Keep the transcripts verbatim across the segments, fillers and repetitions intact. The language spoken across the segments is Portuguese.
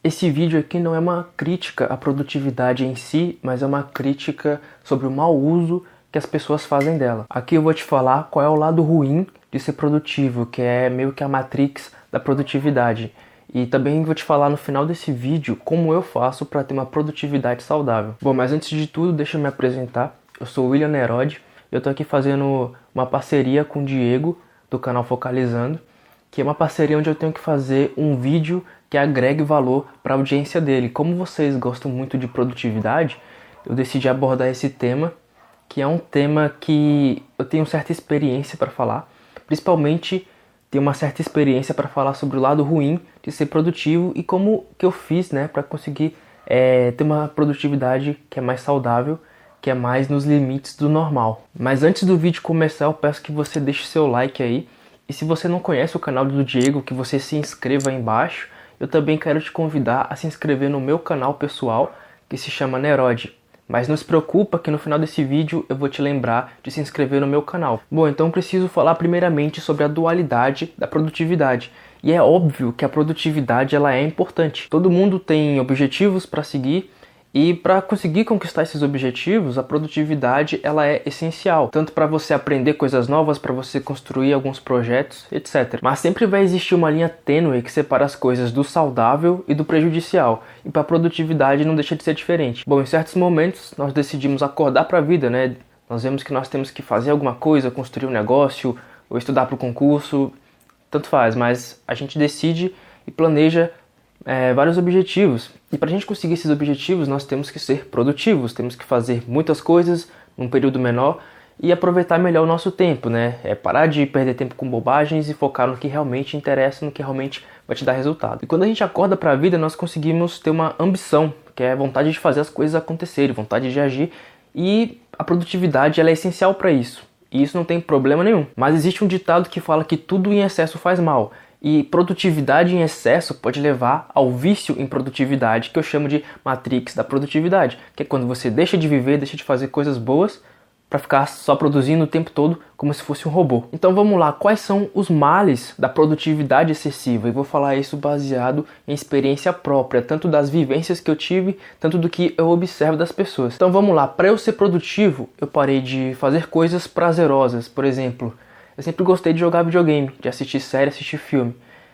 Esse vídeo aqui não é uma crítica à produtividade em si, mas é uma crítica sobre o mau uso que as pessoas fazem dela. Aqui eu vou te falar qual é o lado ruim de ser produtivo, que é meio que a matrix da produtividade. E também vou te falar no final desse vídeo como eu faço para ter uma produtividade saudável. Bom, mas antes de tudo, deixa eu me apresentar. Eu sou o William Nerod, eu tô aqui fazendo uma parceria com o Diego, do canal Focalizando, que é uma parceria onde eu tenho que fazer um vídeo que agregue valor para a audiência dele. Como vocês gostam muito de produtividade, eu decidi abordar esse tema, que é um tema que eu tenho certa experiência para falar, principalmente tenho uma certa experiência para falar sobre o lado ruim de ser produtivo e como que eu fiz, né, para conseguir é, ter uma produtividade que é mais saudável, que é mais nos limites do normal. Mas antes do vídeo começar, eu peço que você deixe seu like aí. E se você não conhece o canal do Diego, que você se inscreva aí embaixo. Eu também quero te convidar a se inscrever no meu canal pessoal, que se chama Nerod. Mas não se preocupa que no final desse vídeo eu vou te lembrar de se inscrever no meu canal. Bom, então preciso falar primeiramente sobre a dualidade da produtividade. E é óbvio que a produtividade ela é importante. Todo mundo tem objetivos para seguir. E para conseguir conquistar esses objetivos, a produtividade ela é essencial, tanto para você aprender coisas novas, para você construir alguns projetos, etcétera. Mas sempre vai existir uma linha tênue que separa as coisas do saudável e do prejudicial, e para a produtividade não deixa de ser diferente. Bom, em certos momentos nós decidimos acordar para a vida, né? Nós vemos que nós temos que fazer alguma coisa, construir um negócio, ou estudar para o concurso, tanto faz, mas a gente decide e planeja É, vários objetivos. E para a gente conseguir esses objetivos, nós temos que ser produtivos, temos que fazer muitas coisas num período menor e aproveitar melhor o nosso tempo, né? É parar de perder tempo com bobagens e focar no que realmente interessa, no que realmente vai te dar resultado. E quando a gente acorda para a vida, nós conseguimos ter uma ambição, que é a vontade de fazer as coisas acontecerem, vontade de agir, e a produtividade ela é essencial para isso. E isso não tem problema nenhum. Mas existe um ditado que fala que tudo em excesso faz mal. E produtividade em excesso pode levar ao vício em produtividade, que eu chamo de matrix da produtividade, que é quando você deixa de viver, deixa de fazer coisas boas para ficar só produzindo o tempo todo como se fosse um robô. Então vamos lá, quais são os males da produtividade excessiva? E vou falar isso baseado em experiência própria, tanto das vivências que eu tive, tanto do que eu observo das pessoas. Então vamos lá, para eu ser produtivo, eu parei de fazer coisas prazerosas, por exemplo. Eu sempre gostei de jogar videogame, de assistir série, assistir filme.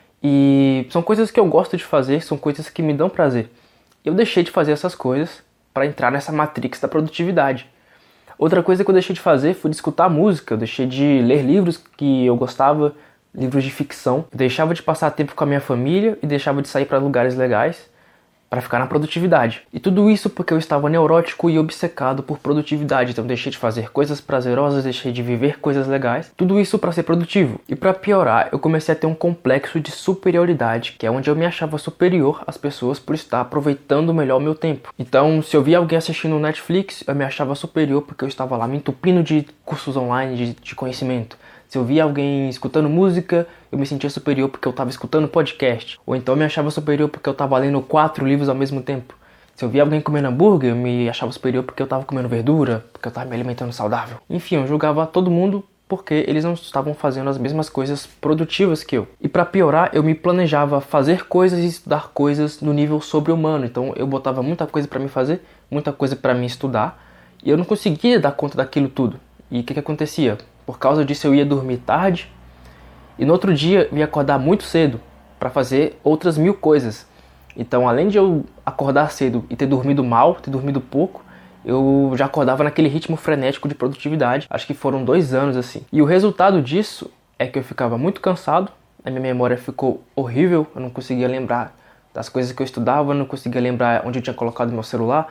E são coisas que eu gosto de fazer, são coisas que me dão prazer. Eu deixei de fazer essas coisas para entrar nessa matrix da produtividade. Outra coisa que eu deixei de fazer foi de escutar música. Eu deixei de ler livros que eu gostava, livros de ficção. Eu deixava de passar tempo com a minha família e deixava de sair para lugares legais para ficar na produtividade. E tudo isso porque eu estava neurótico e obcecado por produtividade. Então deixei de fazer coisas prazerosas, deixei de viver coisas legais. Tudo isso para ser produtivo. E para piorar, eu comecei a ter um complexo de superioridade, que é onde eu me achava superior às pessoas por estar aproveitando melhor o meu tempo. Então, se eu via alguém assistindo Netflix, eu me achava superior porque eu estava lá me entupindo de cursos online, de, de conhecimento. Se eu via alguém escutando música, eu me sentia superior porque eu estava escutando podcast. Ou então eu me achava superior porque eu estava lendo quatro livros ao mesmo tempo. Se eu via alguém comendo hambúrguer, eu me achava superior porque eu estava comendo verdura, porque eu estava me alimentando saudável. Enfim, eu julgava todo mundo porque eles não estavam fazendo as mesmas coisas produtivas que eu. E para piorar, eu me planejava fazer coisas e estudar coisas no nível sobre-humano. Então eu botava muita coisa para me fazer, muita coisa para me estudar, e eu não conseguia dar conta daquilo tudo. E o que que acontecia? Por causa disso eu ia dormir tarde e no outro dia eu ia acordar muito cedo para fazer outras mil coisas. Então, além de eu acordar cedo e ter dormido mal, ter dormido pouco, eu já acordava naquele ritmo frenético de produtividade. Acho que foram dois anos assim. E o resultado disso é que eu ficava muito cansado, a minha memória ficou horrível, eu não conseguia lembrar das coisas que eu estudava, eu não conseguia lembrar onde eu tinha colocado meu celular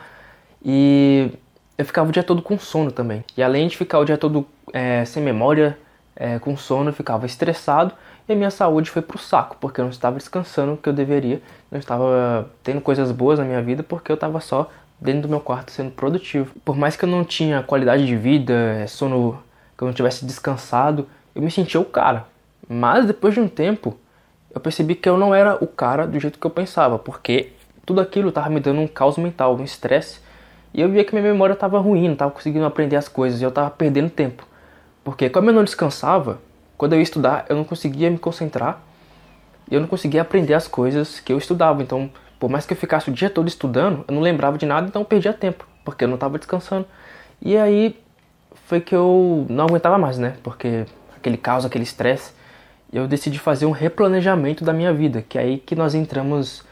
e eu ficava o dia todo com sono também. E além de ficar o dia todo é, sem memória, é, com sono, eu ficava estressado e a minha saúde foi pro saco, porque eu não estava descansando o que eu deveria, não estava tendo coisas boas na minha vida, porque eu estava só dentro do meu quarto sendo produtivo. Por mais que eu não tinha qualidade de vida, sono, que eu não tivesse descansado, eu me sentia o cara. Mas depois de um tempo, eu percebi que eu não era o cara do jeito que eu pensava, porque tudo aquilo estava me dando um caos mental, um estresse. E eu via que minha memória estava ruim, não estava conseguindo aprender as coisas e eu estava perdendo tempo. Porque como eu não descansava, quando eu ia estudar eu não conseguia me concentrar e eu não conseguia aprender as coisas que eu estudava. Então, Por mais que eu ficasse o dia todo estudando, eu não lembrava de nada, então eu perdia tempo, porque eu não estava descansando. E aí foi que eu não aguentava mais, né? Porque aquele caos, aquele estresse, eu decidi fazer um replanejamento da minha vida, que é aí que nós entramos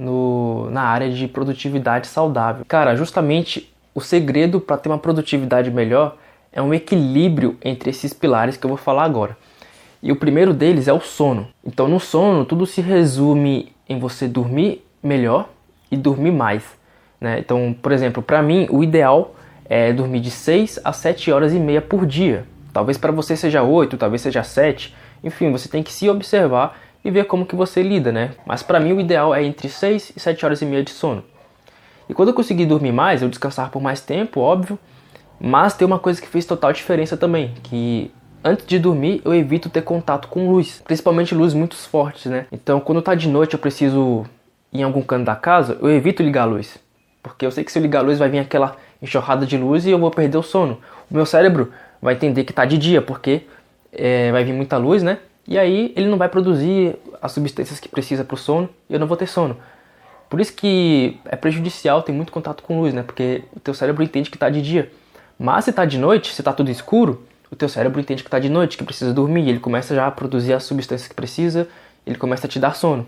no, na área de produtividade saudável. Cara, justamente o segredo para ter uma produtividade melhor é um equilíbrio entre esses pilares que eu vou falar agora. E o primeiro deles é o sono. Então no sono tudo se resume em você dormir melhor e dormir mais, né? Então, por exemplo, para mim o ideal é dormir de seis a sete horas e meia por dia. Talvez para você seja oito, talvez seja sete. Enfim, você tem que se observar e ver como que você lida, né? Mas para mim o ideal é entre seis e sete horas e meia de sono. E quando eu consegui dormir mais, eu descansar por mais tempo, óbvio. Mas tem uma coisa que fez total diferença também, que antes de dormir eu evito ter contato com luz, principalmente luzes muito fortes, né? Então quando tá de noite eu preciso ir em algum canto da casa, eu evito ligar a luz. Porque eu sei que se eu ligar a luz vai vir aquela enxurrada de luz e eu vou perder o sono. O meu cérebro vai entender que tá de dia, porque é, vai vir muita luz, né? E aí ele não vai produzir as substâncias que precisa pro sono e eu não vou ter sono. Por isso que é prejudicial ter muito contato com luz, né? Porque o teu cérebro entende que tá de dia. Mas se tá de noite, se tá tudo escuro, o teu cérebro entende que tá de noite, que precisa dormir, ele começa já a produzir as substâncias que precisa, ele começa a te dar sono.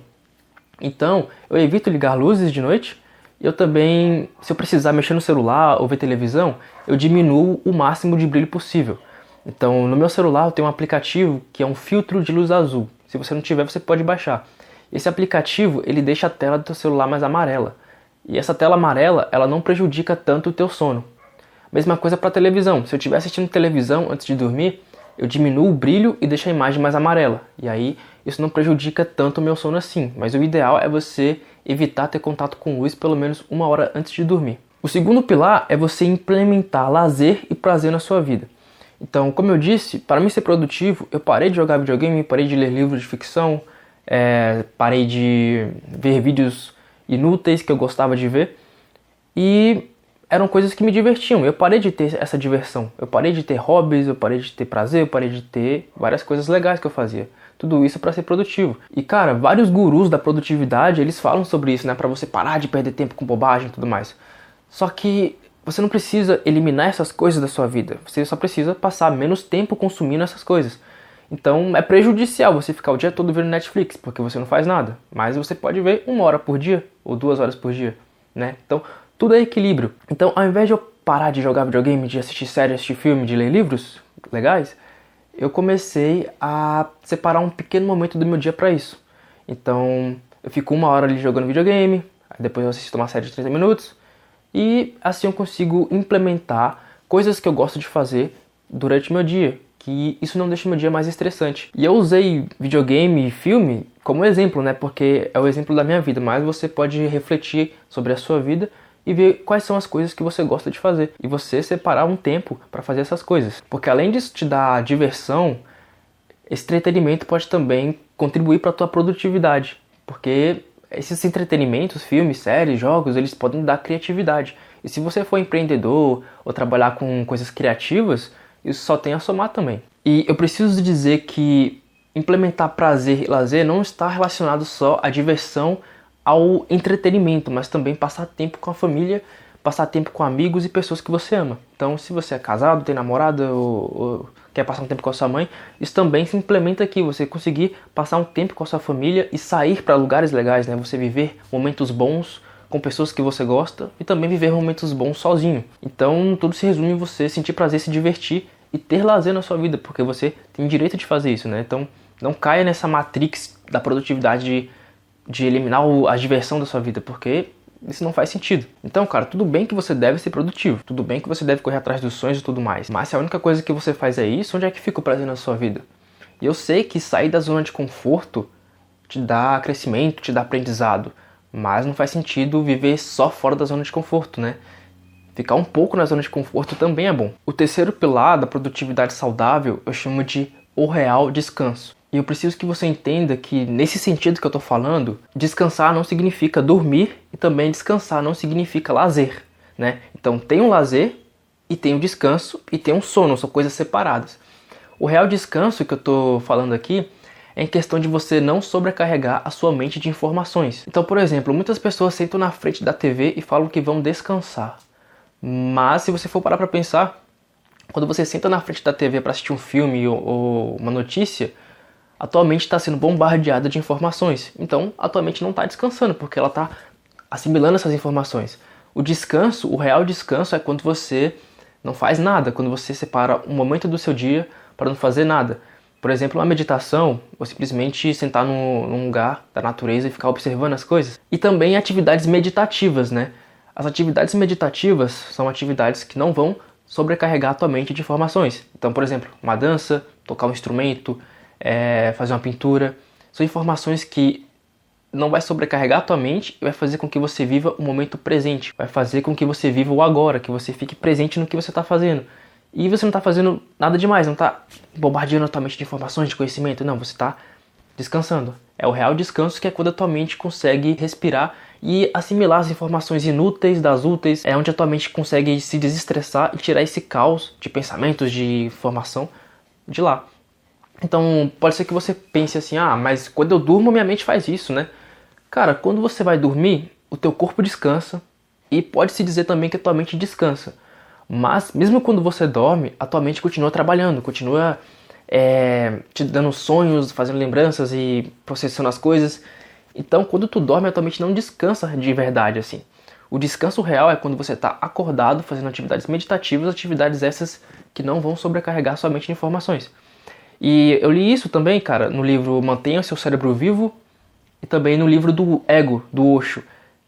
Então, eu evito ligar luzes de noite, e eu também, se eu precisar mexer no celular ou ver televisão, eu diminuo o máximo de brilho possível. Então, no meu celular eu tenho um aplicativo que é um filtro de luz azul. Se você não tiver, você pode baixar. Esse aplicativo, ele deixa a tela do teu celular mais amarela. E essa tela amarela, ela não prejudica tanto o teu sono. Mesma coisa para televisão. Se eu estiver assistindo televisão antes de dormir, eu diminuo o brilho e deixo a imagem mais amarela. E aí isso não prejudica tanto o meu sono assim. Mas o ideal é você evitar ter contato com luz pelo menos uma hora antes de dormir. O segundo pilar é você implementar lazer e prazer na sua vida. Então, como eu disse, para mim ser produtivo, eu parei de jogar videogame, parei de ler livros de ficção, é, parei de ver vídeos inúteis que eu gostava de ver. E eram coisas que me divertiam. Eu parei de ter essa diversão. Eu parei de ter hobbies, eu parei de ter prazer, eu parei de ter várias coisas legais que eu fazia. Tudo isso para ser produtivo. E cara, vários gurus da produtividade, eles falam sobre isso, né? Para você parar de perder tempo com bobagem e tudo mais. Só que você não precisa eliminar essas coisas da sua vida. Você só precisa passar menos tempo consumindo essas coisas. Então é prejudicial você ficar o dia todo vendo Netflix, porque você não faz nada. Mas você pode ver uma hora por dia, ou duas horas por dia, né? Então tudo é equilíbrio. Então, ao invés de eu parar de jogar videogame, de assistir séries, assistir filme, de ler livros legais, eu comecei a separar um pequeno momento do meu dia para isso. Então, eu fico uma hora ali jogando videogame, aí depois eu assisto uma série de trinta minutos, e assim eu consigo implementar coisas que eu gosto de fazer durante o meu dia, que isso não deixa o meu dia mais estressante. E eu usei videogame e filme como exemplo, né? Porque é o exemplo da minha vida, mas você pode refletir sobre a sua vida e ver quais são as coisas que você gosta de fazer. E você separar um tempo para fazer essas coisas. Porque além disso te dar diversão, esse entretenimento pode também contribuir para a tua produtividade. Porque esses entretenimentos, filmes, séries, jogos, eles podem dar criatividade. E se você for empreendedor ou trabalhar com coisas criativas, isso só tem a somar também. E eu preciso dizer que implementar prazer e lazer não está relacionado só à diversão, ao entretenimento, mas também passar tempo com a família, passar tempo com amigos e pessoas que você ama. Então, se você é casado, tem namorada ou, ou quer passar um tempo com a sua mãe, isso também se implementa aqui. Você conseguir passar um tempo com a sua família e sair para lugares legais, né? Você viver momentos bons com pessoas que você gosta e também viver momentos bons sozinho. Então, tudo se resume em você sentir prazer, se divertir e ter lazer na sua vida, porque você tem direito de fazer isso, né? Então, não caia nessa matrix da produtividade de de eliminar a diversão da sua vida, porque isso não faz sentido. Então, cara, tudo bem que você deve ser produtivo, tudo bem que você deve correr atrás dos sonhos e tudo mais, mas se a única coisa que você faz é isso, onde é que fica o prazer na sua vida? E eu sei que sair da zona de conforto te dá crescimento, te dá aprendizado, mas não faz sentido viver só fora da zona de conforto, né? Ficar um pouco na zona de conforto também é bom. O terceiro pilar da produtividade saudável eu chamo de o real descanso. E eu preciso que você entenda que, nesse sentido que eu estou falando, descansar não significa dormir e também descansar não significa lazer, né? Então tem um lazer e tem um descanso e tem um sono, são coisas separadas. O real descanso que eu estou falando aqui é é em questão de você não sobrecarregar a sua mente de informações. Então, por exemplo, muitas pessoas sentam na frente da T V e falam que vão descansar. Mas se você for parar para pensar, quando você senta na frente da T V para assistir um filme ou, ou uma notícia, atualmente está sendo bombardeada de informações. Então, atualmente não está descansando, porque ela está assimilando essas informações. O descanso, o real descanso é quando você não faz nada, quando você separa um momento do seu dia para não fazer nada. Por exemplo, uma meditação, ou simplesmente sentar num, num lugar da natureza e ficar observando as coisas. E também atividades meditativas, né? As atividades meditativas são atividades que não vão sobrecarregar a tua mente de informações. Então, por exemplo, uma dança, tocar um instrumento, é, fazer uma pintura. São informações que não vai sobrecarregar a tua mente e vai fazer com que você viva o momento presente. Vai fazer com que você viva o agora, que você fique presente no que você está fazendo. E você não está fazendo nada demais, não está bombardeando a tua mente de informações, de conhecimento. Não, você está descansando. É o real descanso, que é quando a tua mente consegue respirar e assimilar as informações inúteis das úteis. É onde a tua mente consegue se desestressar e tirar esse caos de pensamentos, de informação de lá. Então, pode ser que você pense assim, ah, mas quando eu durmo, minha mente faz isso, né? Cara, quando você vai dormir, o teu corpo descansa e pode-se dizer também que a tua mente descansa. Mas, mesmo quando você dorme, a tua mente continua trabalhando, continua é, te dando sonhos, fazendo lembranças e processando as coisas. Então, quando tu dorme, a tua mente não descansa de verdade, assim. O descanso real é quando você está acordado, fazendo atividades meditativas, atividades essas que não vão sobrecarregar sua mente de informações. E eu li isso também, cara, no livro Mantenha o Seu Cérebro Vivo e também no livro do Ego, do Osho,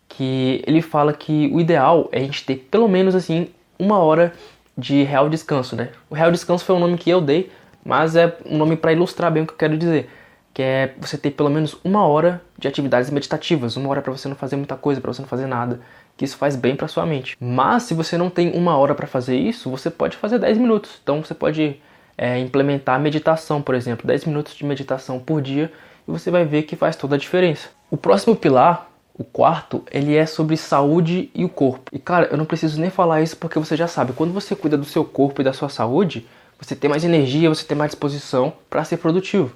que ele fala que o ideal é a gente ter pelo menos, assim, uma hora de real descanso, né? O real descanso foi um nome que eu dei, mas é um nome para ilustrar bem o que eu quero dizer, que é você ter pelo menos uma hora de atividades meditativas, uma hora para você não fazer muita coisa, para você não fazer nada, que isso faz bem para sua mente. Mas se você não tem uma hora para fazer isso, você pode fazer dez minutos. Então você pode é, implementar a meditação, por exemplo, dez minutos de meditação por dia, e você vai ver que faz toda a diferença. O próximo pilar, o quarto, ele é sobre saúde e o corpo. E cara, eu não preciso nem falar isso porque você já sabe, quando você cuida do seu corpo e da sua saúde, você tem mais energia, você tem mais disposição para ser produtivo.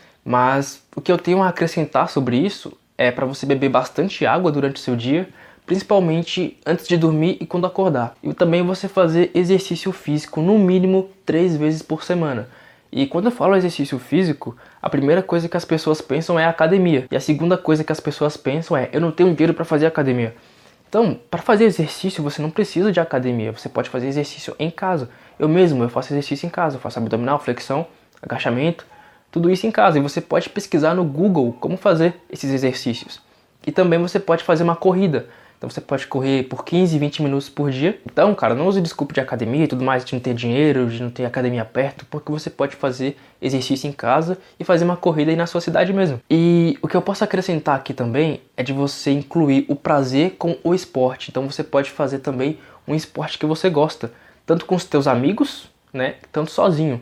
Mas o que eu tenho a acrescentar sobre isso é para você beber bastante água durante o seu dia, principalmente antes de dormir e quando acordar. E também você fazer exercício físico no mínimo três vezes por semana. E quando eu falo exercício físico, a primeira coisa que as pessoas pensam é a academia. E a segunda coisa que as pessoas pensam é, eu não tenho dinheiro para fazer academia. Então, para fazer exercício, você não precisa de academia. Você pode fazer exercício em casa. Eu mesmo, eu faço exercício em casa. Eu faço abdominal, flexão, agachamento, tudo isso em casa. E você pode pesquisar no Google como fazer esses exercícios. E também você pode fazer uma corrida. Então você pode correr por quinze, vinte minutos por dia. Então, cara, não use desculpa de academia e tudo mais, de não ter dinheiro, de não ter academia perto, porque você pode fazer exercício em casa e fazer uma corrida aí na sua cidade mesmo. E o que eu posso acrescentar aqui também é de você incluir o prazer com o esporte. Então você pode fazer também um esporte que você gosta, tanto com os teus amigos, né, tanto sozinho.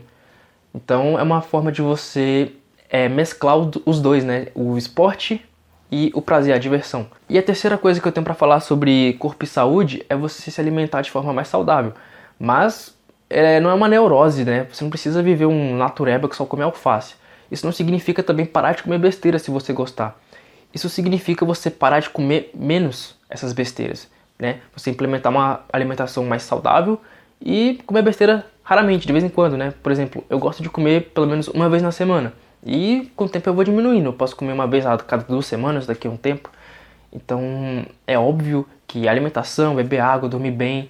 Então é uma forma de você é, mesclar os dois, né, o esporte e o prazer, a diversão. E a terceira coisa que eu tenho para falar sobre corpo e saúde é você se alimentar de forma mais saudável. Mas é, não é uma neurose, né? Você não precisa viver um natureba que só come alface. Isso não significa também parar de comer besteira se você gostar. Isso significa você parar de comer menos essas besteiras, né? Você implementar uma alimentação mais saudável e comer besteira raramente, de vez em quando, né? Por exemplo, eu gosto de comer pelo menos uma vez na semana. E com o tempo eu vou diminuindo, eu posso comer uma vez a cada duas semanas daqui a um tempo. Então é óbvio que alimentação, beber água, dormir bem,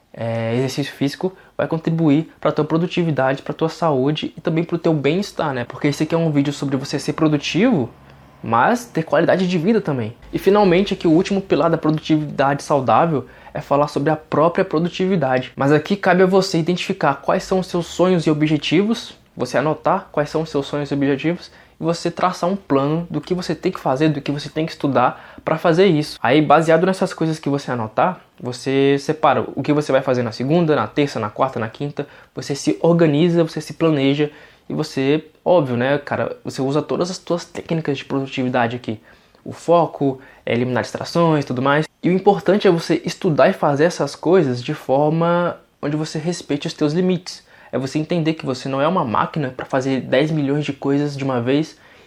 é, exercício físico vai contribuir para a tua produtividade, para a tua saúde e também para o teu bem-estar, né? Porque esse aqui é um vídeo sobre você ser produtivo, mas ter qualidade de vida também. E finalmente aqui o último pilar da produtividade saudável é falar sobre a própria produtividade. Mas aqui cabe a você identificar quais são os seus sonhos e objetivos, você anotar quais são os seus sonhos e objetivos e você traçar um plano do que você tem que fazer, do que você tem que estudar para fazer isso. Aí, baseado nessas coisas que você anotar, você separa o que você vai fazer na segunda, na terça, na quarta, na quinta, você se organiza, você se planeja e você, óbvio, né, cara, você usa todas as suas técnicas de produtividade aqui. O foco, é eliminar distrações e tudo mais. E o importante é você estudar e fazer essas coisas de forma onde você respeite os teus limites. É você entender que você não é uma máquina para fazer dez milhões de coisas de uma vez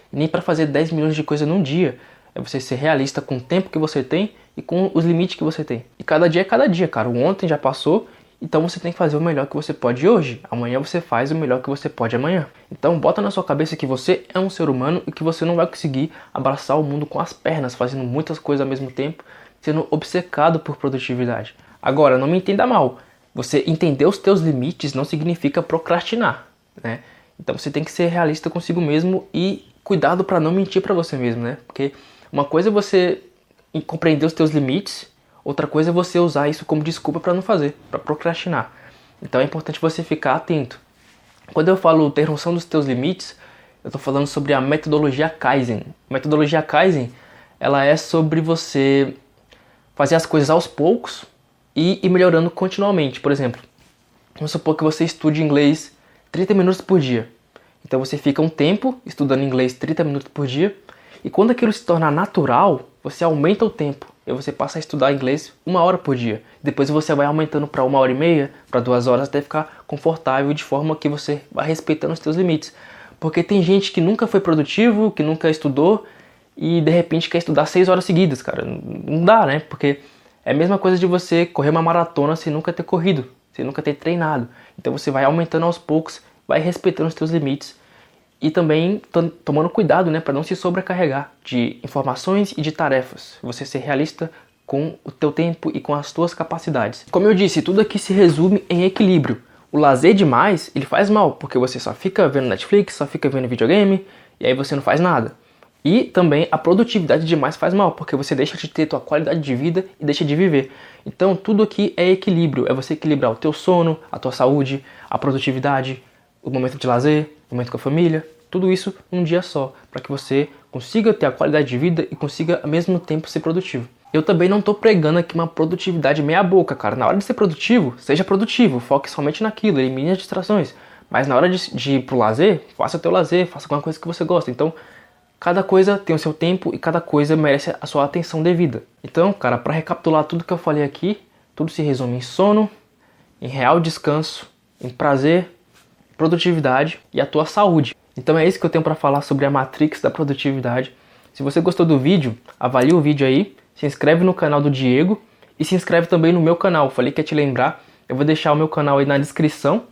e nem para fazer dez milhões de coisas num dia. É você ser realista com o tempo que você tem e com os limites que você tem. E cada dia é cada dia, cara. O ontem já passou, então você tem que fazer o melhor que você pode hoje. Amanhã você faz o melhor que você pode amanhã. Então bota na sua cabeça que você é um ser humano e que você não vai conseguir abraçar o mundo com as pernas, fazendo muitas coisas ao mesmo tempo, sendo obcecado por produtividade. Agora, não me entenda mal. Você entender os teus limites não significa procrastinar, né? Então você tem que ser realista consigo mesmo e cuidado para não mentir para você mesmo, né? Porque uma coisa é você compreender os teus limites, outra coisa é você usar isso como desculpa para não fazer, para procrastinar. Então é importante você ficar atento. Quando eu falo ter noção dos teus limites, eu estou falando sobre a metodologia Kaizen. A metodologia Kaizen, ela é sobre você fazer as coisas aos poucos e ir melhorando continuamente. Por exemplo, vamos supor que você estude inglês trinta minutos por dia. Então você fica um tempo estudando inglês trinta minutos por dia, e quando aquilo se tornar natural, você aumenta o tempo. E você passa a estudar inglês uma hora por dia. Depois você vai aumentando para uma hora e meia, para duas horas, até ficar confortável, de forma que você vai respeitando os seus limites. Porque tem gente que nunca foi produtivo, que nunca estudou, e de repente quer estudar seis horas seguidas, cara. Não dá, né? Porque é a mesma coisa de você correr uma maratona sem nunca ter corrido, sem nunca ter treinado. Então você vai aumentando aos poucos, vai respeitando os seus limites e também tomando cuidado, né, para não se sobrecarregar de informações e de tarefas. Você ser realista com o teu tempo e com as tuas capacidades. Como eu disse, tudo aqui se resume em equilíbrio. O lazer demais, ele faz mal, porque você só fica vendo Netflix, só fica vendo videogame, e aí você não faz nada. E também a produtividade demais faz mal, porque você deixa de ter tua qualidade de vida e deixa de viver. Então tudo aqui é equilíbrio, é você equilibrar o teu sono, a tua saúde, a produtividade, o momento de lazer, o momento com a família, tudo isso num dia só, para que você consiga ter a qualidade de vida e consiga ao mesmo tempo ser produtivo. Eu também não estou pregando aqui uma produtividade meia boca, cara. Na hora de ser produtivo, seja produtivo, foque somente naquilo, elimine as distrações. Mas na hora de, de ir pro lazer, faça o teu lazer, faça alguma coisa que você gosta. Então, cada coisa tem o seu tempo e cada coisa merece a sua atenção devida. Então, cara, para recapitular tudo que eu falei aqui, tudo se resume em sono, em real descanso, em prazer, produtividade e a tua saúde. Então é isso que eu tenho para falar sobre a Matrix da produtividade. Se você gostou do vídeo, avalie o vídeo aí, se inscreve no canal do Diego e se inscreve também no meu canal. Falei que ia te lembrar, eu vou deixar o meu canal aí na descrição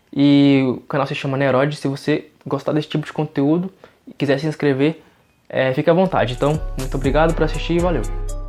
e o canal se chama Nerode. Se você gostar desse tipo de conteúdo e quiser se inscrever, é, fique à vontade. Então, muito obrigado por assistir e valeu!